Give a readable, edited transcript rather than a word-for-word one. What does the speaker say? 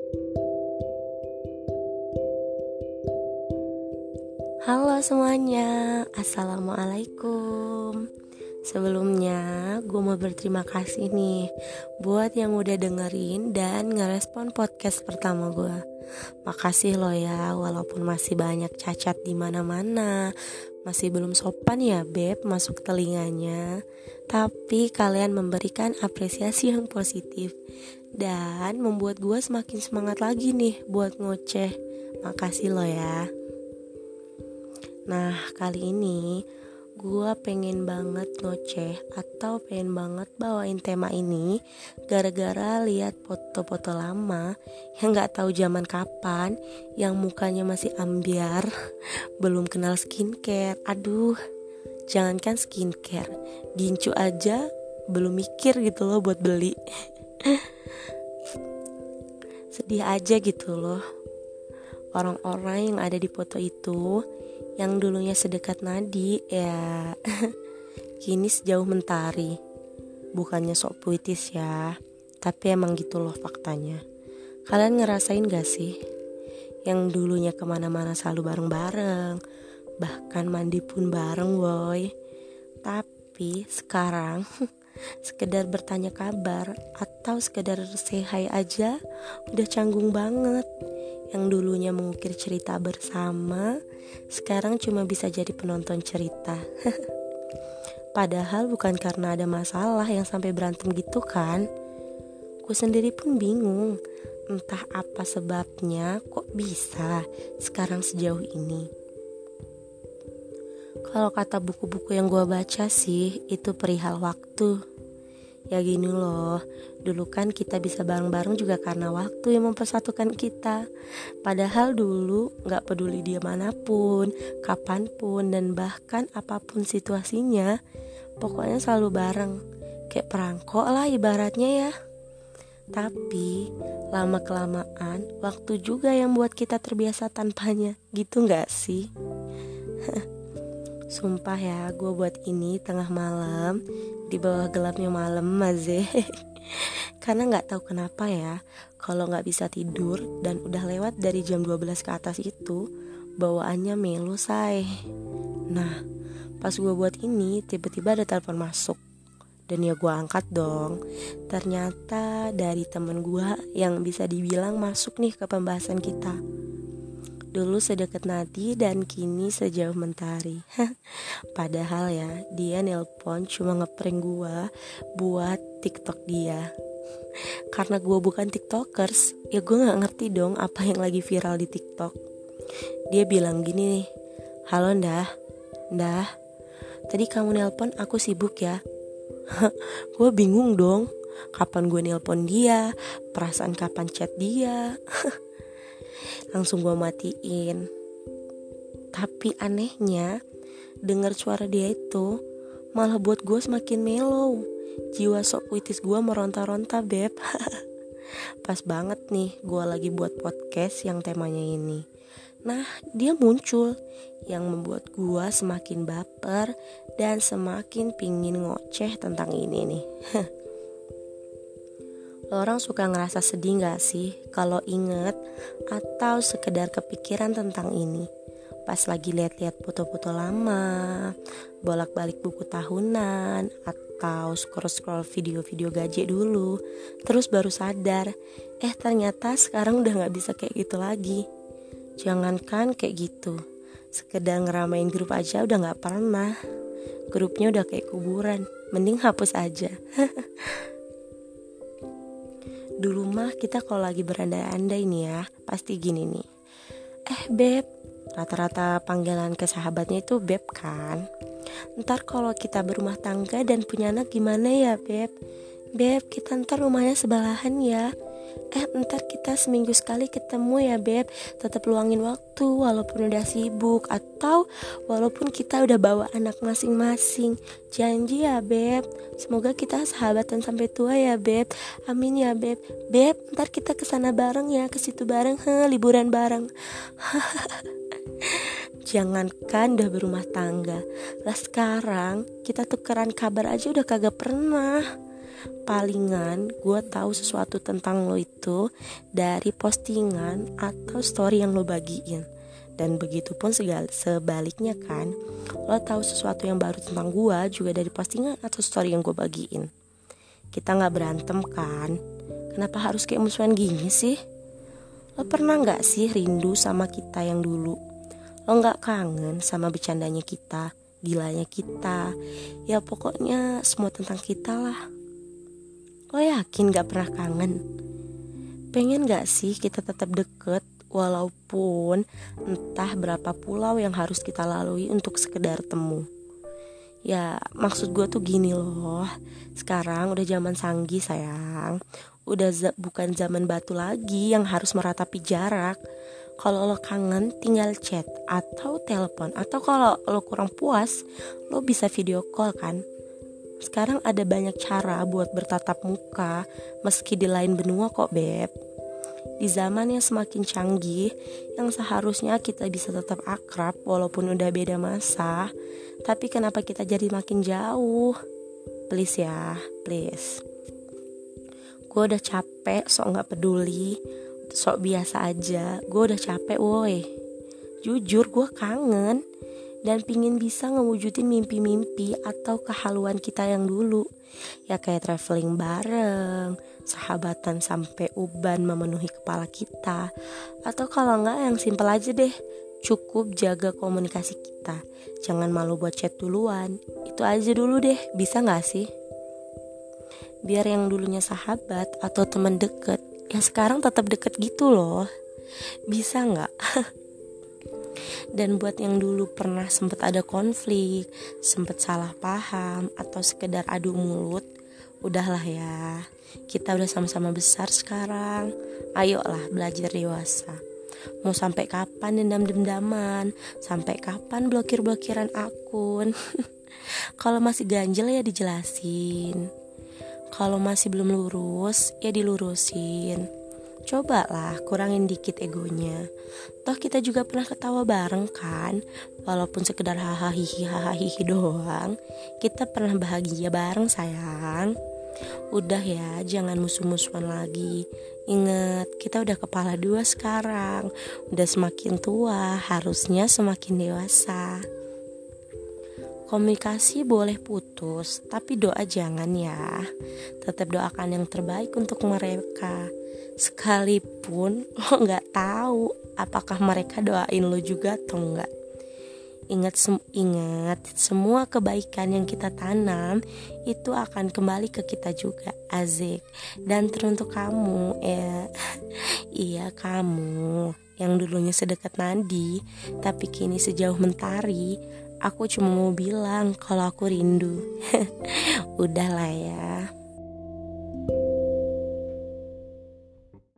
Halo semuanya, Assalamualaikum. Sebelumnya gue mau berterima kasih nih buat yang udah dengerin dan ngerespon podcast pertama gue. Makasih loh ya, walaupun masih banyak cacat di mana-mana, masih belum sopan ya beb masuk telinganya, tapi kalian memberikan apresiasi yang positif dan membuat gue semakin semangat lagi nih buat ngoceh. Makasih loh ya. Nah, kali ini gue pengen banget ngoceh atau pengen banget bawain tema ini gara-gara lihat foto-foto lama yang gak tahu zaman kapan, yang mukanya masih ambiar, belum kenal skincare. Aduh, jangankan skincare, gincu aja belum mikir gitu loh buat beli. Sedih aja gitu loh. Orang-orang yang ada di foto itu, yang dulunya sedekat nadi, ya kini sejauh mentari. Bukannya sok puitis ya, tapi emang gitu loh faktanya. Kalian ngerasain gak sih? Yang dulunya kemana-mana selalu bareng-bareng, bahkan mandi pun bareng woy. Tapi sekarang sekedar bertanya kabar atau sekedar say hi aja udah canggung banget. Yang dulunya mengukir cerita bersama, sekarang cuma bisa jadi penonton cerita. Padahal bukan karena ada masalah yang sampai berantem gitu kan. Gue sendiri pun bingung, entah apa sebabnya kok bisa sekarang sejauh ini. Kalau kata buku-buku yang gue baca sih, itu perihal waktu. Ya gini loh, dulu kan kita bisa bareng-bareng juga karena waktu yang mempersatukan kita. Padahal dulu gak peduli dia manapun, kapanpun, dan bahkan apapun situasinya, pokoknya selalu bareng. Kayak perangkok lah ibaratnya ya. Tapi lama-kelamaan waktu juga yang buat kita terbiasa tanpanya. Gitu gak sih? Sumpah ya, gue buat ini tengah malam, di bawah gelapnya malam maze. Karena gak tahu kenapa ya, kalau gak bisa tidur dan udah lewat dari jam 12 ke atas itu, bawaannya melo say. Nah, pas gue buat ini, tiba-tiba ada telepon masuk. Dan ya gue angkat dong. Ternyata dari temen gue yang bisa dibilang masuk nih ke pembahasan kita. Dulu sedekat nadi dan kini sejauh mentari. Padahal ya, dia nelpon cuma ngeprank gua buat TikTok dia. Karena gua bukan tiktokers, ya gua gak ngerti dong apa yang lagi viral di TikTok. Dia bilang gini nih, "Halo Ndah, tadi kamu nelpon aku sibuk ya." Gua bingung dong, kapan gue nelpon dia, perasaan kapan chat dia. Langsung gue matiin. Tapi anehnya, dengar suara dia itu malah buat gue semakin mellow. Jiwa sok puitis gue meronta-ronta beb. Pas banget nih gue lagi buat podcast yang temanya ini. Nah, dia muncul yang membuat gue semakin baper dan semakin pingin ngoceh tentang ini nih. Orang suka ngerasa sedih gak sih kalau inget atau sekedar kepikiran tentang ini? Pas lagi lihat-lihat foto-foto lama, bolak-balik buku tahunan, atau scroll-scroll video-video gaje dulu, terus baru sadar, ternyata sekarang udah gak bisa kayak gitu lagi. Jangankan kayak gitu, sekedar ngeramein grup aja udah gak pernah. Grupnya udah kayak kuburan, mending hapus aja. Dulu mah kita kalau lagi berandai-andai nih ya, pasti gini nih. Beb, rata-rata panggilan ke sahabatnya itu beb kan. Ntar kalau kita berumah tangga dan punya anak gimana ya beb? Beb, kita ntar rumahnya sebelahan ya. Ntar kita seminggu sekali ketemu ya beb. Tetap luangin waktu walaupun udah sibuk, atau walaupun kita udah bawa anak masing-masing. Janji ya beb, semoga kita sahabatan sampai tua ya beb. Amin ya beb. Beb, ntar kita kesana bareng ya, ke situ bareng, liburan bareng. Jangankan udah berumah tangga, lah sekarang kita tukeran kabar aja udah kagak pernah. Palingan gue tahu sesuatu tentang lo itu dari postingan atau story yang lo bagiin. Dan begitu pun sebaliknya kan, lo tahu sesuatu yang baru tentang gue juga dari postingan atau story yang gue bagiin. Kita gak berantem kan? Kenapa harus kayak musuhan gini sih? Lo pernah gak sih rindu sama kita yang dulu? Lo gak kangen sama bercandanya kita, gilanya kita, ya pokoknya semua tentang kita lah. Lo yakin gak pernah kangen? Pengen gak sih kita tetap deket walaupun entah berapa pulau yang harus kita lalui untuk sekedar temu? Ya maksud gue tuh gini loh, sekarang udah zaman canggih sayang. Udah bukan zaman batu lagi yang harus meratapi jarak. Kalau lo kangen tinggal chat atau telepon, atau kalau lo kurang puas lo bisa video call kan. Sekarang ada banyak cara buat bertatap muka meski di lain benua kok beb. Di zaman yang semakin canggih, yang seharusnya kita bisa tetap akrab walaupun udah beda masa, tapi kenapa kita jadi makin jauh? Please ya, please. Gue udah capek sok gak peduli, sok biasa aja. Gue udah capek woi. Jujur gue kangen dan pingin bisa ngewujudin mimpi-mimpi atau kehaluan kita yang dulu. Ya kayak traveling bareng, sahabatan sampai uban memenuhi kepala kita. Atau kalau enggak yang simpel aja deh, cukup jaga komunikasi kita. Jangan malu buat chat duluan. Itu aja dulu deh, bisa gak sih? Biar yang dulunya sahabat atau teman deket, ya sekarang tetap deket gitu loh. Bisa gak? Dan buat yang dulu pernah sempet ada konflik, sempet salah paham, atau sekedar adu mulut, udahlah ya. Kita udah sama-sama besar sekarang. Ayolah belajar dewasa. Mau sampai kapan dendam-dendaman? Sampai kapan blokir-blokiran akun? Kalau masih ganjel ya dijelasin. Kalau masih belum lurus ya dilurusin. Cobalah kurangin dikit egonya. Toh kita juga pernah ketawa bareng kan? Walaupun sekedar hahaha doang, kita pernah bahagia bareng sayang. Udah ya, jangan musuh-musuhan lagi. Ingat, kita udah kepala dua sekarang. Udah semakin tua, harusnya semakin dewasa. Komunikasi boleh putus, tapi doa jangan ya. Tetap doakan yang terbaik untuk mereka. Sekalipun lo gak tahu apakah mereka doain lo juga atau enggak. Ingat, semua kebaikan yang kita tanam itu akan kembali ke kita juga, Azik. Dan teruntuk kamu ya. Iya kamu yang dulunya sedekat nadi tapi kini sejauh mentari. Aku cuma mau bilang kalau aku rindu. Udahlah ya.